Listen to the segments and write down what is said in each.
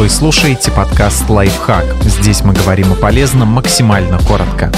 Вы слушаете подкаст «Лайфхак». Здесь мы говорим о полезном максимально коротко.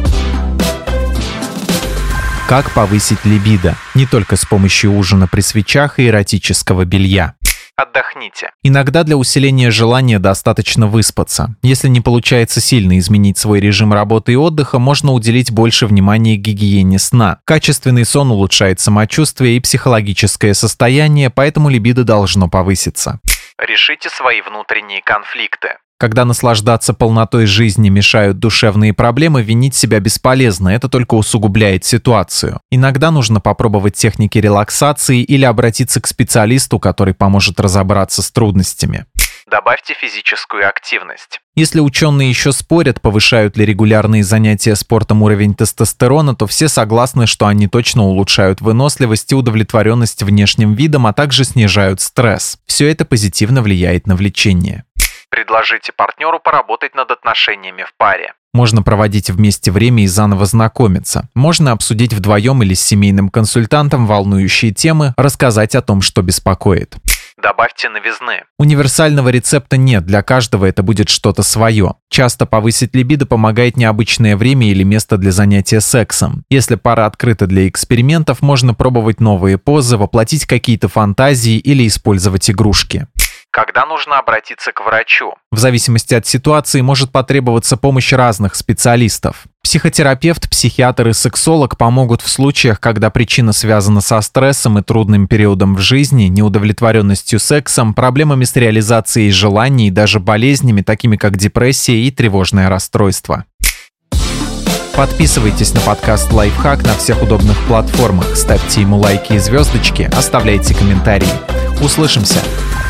Как повысить либидо? Не только с помощью ужина при свечах и эротического белья. Отдохните. Иногда для усиления желания достаточно выспаться. Если не получается сильно изменить свой режим работы и отдыха, можно уделить больше внимания гигиене сна. Качественный сон улучшает самочувствие и психологическое состояние, поэтому либидо должно повыситься. Решите свои внутренние конфликты. Когда наслаждаться полнотой жизни мешают душевные проблемы, винить себя бесполезно, это только усугубляет ситуацию. Иногда нужно попробовать техники релаксации или обратиться к специалисту, который поможет разобраться с трудностями. Добавьте физическую активность. Если ученые еще спорят, повышают ли регулярные занятия спортом уровень тестостерона, то все согласны, что они точно улучшают выносливость и удовлетворенность внешним видом, а также снижают стресс. Все это позитивно влияет на влечение. Предложите партнеру поработать над отношениями в паре. Можно проводить вместе время и заново знакомиться. Можно обсудить вдвоем или с семейным консультантом волнующие темы, рассказать о том, что беспокоит. Добавьте новизны. Универсального рецепта нет, для каждого это будет что-то свое. Часто повысить либидо помогает необычное время или место для занятия сексом. Если пара открыта для экспериментов, можно пробовать новые позы, воплотить какие-то фантазии или использовать игрушки. Когда нужно обратиться к врачу? В зависимости от ситуации может потребоваться помощь разных специалистов. Психотерапевт, психиатр и сексолог помогут в случаях, когда причина связана со стрессом и трудным периодом в жизни, неудовлетворенностью сексом, проблемами с реализацией желаний и даже болезнями, такими как депрессия и тревожное расстройство. Подписывайтесь на подкаст «Лайфхак» на всех удобных платформах, ставьте ему лайки и звездочки, оставляйте комментарии. Услышимся!